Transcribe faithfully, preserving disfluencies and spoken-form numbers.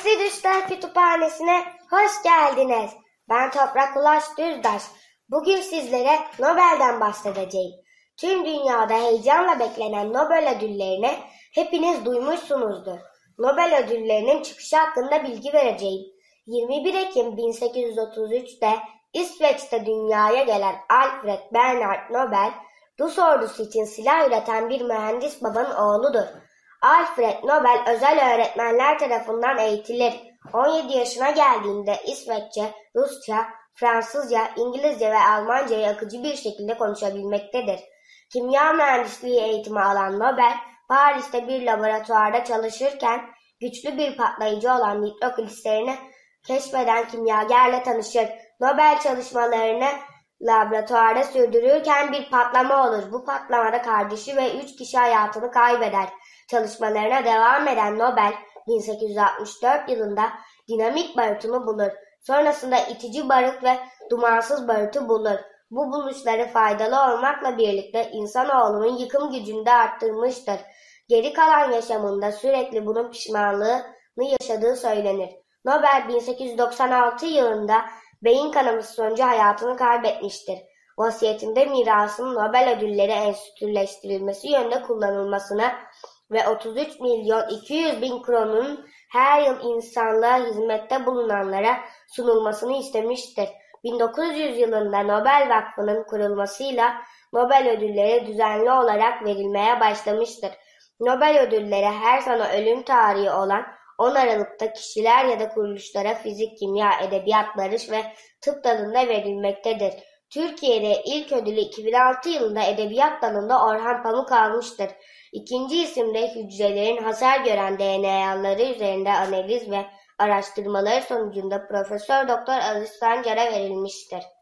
Sesli Düşler Kütüphanesi'ne hoş geldiniz. Ben Toprak Ulaş Düzdaş. Bugün sizlere Nobel'den bahsedeceğim. Tüm dünyada heyecanla beklenen Nobel ödüllerini hepiniz duymuşsunuzdur. Nobel ödüllerinin çıkışı hakkında bilgi vereceğim. yirmi bir Ekim bin sekiz yüz otuz üç'te İsveç'te dünyaya gelen Alfred Bernhard Nobel, Rus ordusu için silah üreten bir mühendis babanın oğludur. Alfred Nobel özel öğretmenler tarafından eğitilir. on yedi yaşına geldiğinde İsveççe, Rusça, Fransızca, İngilizce ve Almancayı akıcı bir şekilde konuşabilmektedir. Kimya mühendisliği eğitimi alan Nobel, Paris'te bir laboratuvarda çalışırken güçlü bir patlayıcı olan nitrogliserini keşfeden kimyagerle tanışır. Nobel çalışmalarını laboratuvarda sürdürürken bir patlama olur. Bu patlamada kardeşi ve üç kişi hayatını kaybeder. Çalışmalarına devam eden Nobel, bin sekiz yüz altmış dört yılında dinamik barutunu bulur. Sonrasında itici barut ve dumansız barutu bulur. Bu buluşları faydalı olmakla birlikte insanoğlunun yıkım gücünü de arttırmıştır. Geri kalan yaşamında sürekli bunun pişmanlığını yaşadığı söylenir. Nobel bin sekiz yüz doksan altı yılında beyin kanaması sonucu hayatını kaybetmiştir. Vasiyetinde mirasının Nobel ödülleri enstitüleştirilmesi yönünde kullanılmasına ve otuz üç milyon iki yüz bin kronun her yıl insanlığa hizmette bulunanlara sunulmasını istemiştir. bin dokuz yüz yılında Nobel Vakfı'nın kurulmasıyla Nobel ödülleri düzenli olarak verilmeye başlamıştır. Nobel ödülleri her sene ölüm tarihi olan on Aralık'ta kişiler ya da kuruluşlara fizik, kimya, edebiyat, barış ve tıp dalında verilmektedir. Türkiye'de ilk ödülü iki bin altı yılında edebiyat dalında Orhan Pamuk almıştır. İkinci isimde hücrelerin hasar gören D N A'ları üzerinde analiz ve araştırmaları sonucunda Profesör Doktor Aziz Sancar'a verilmiştir.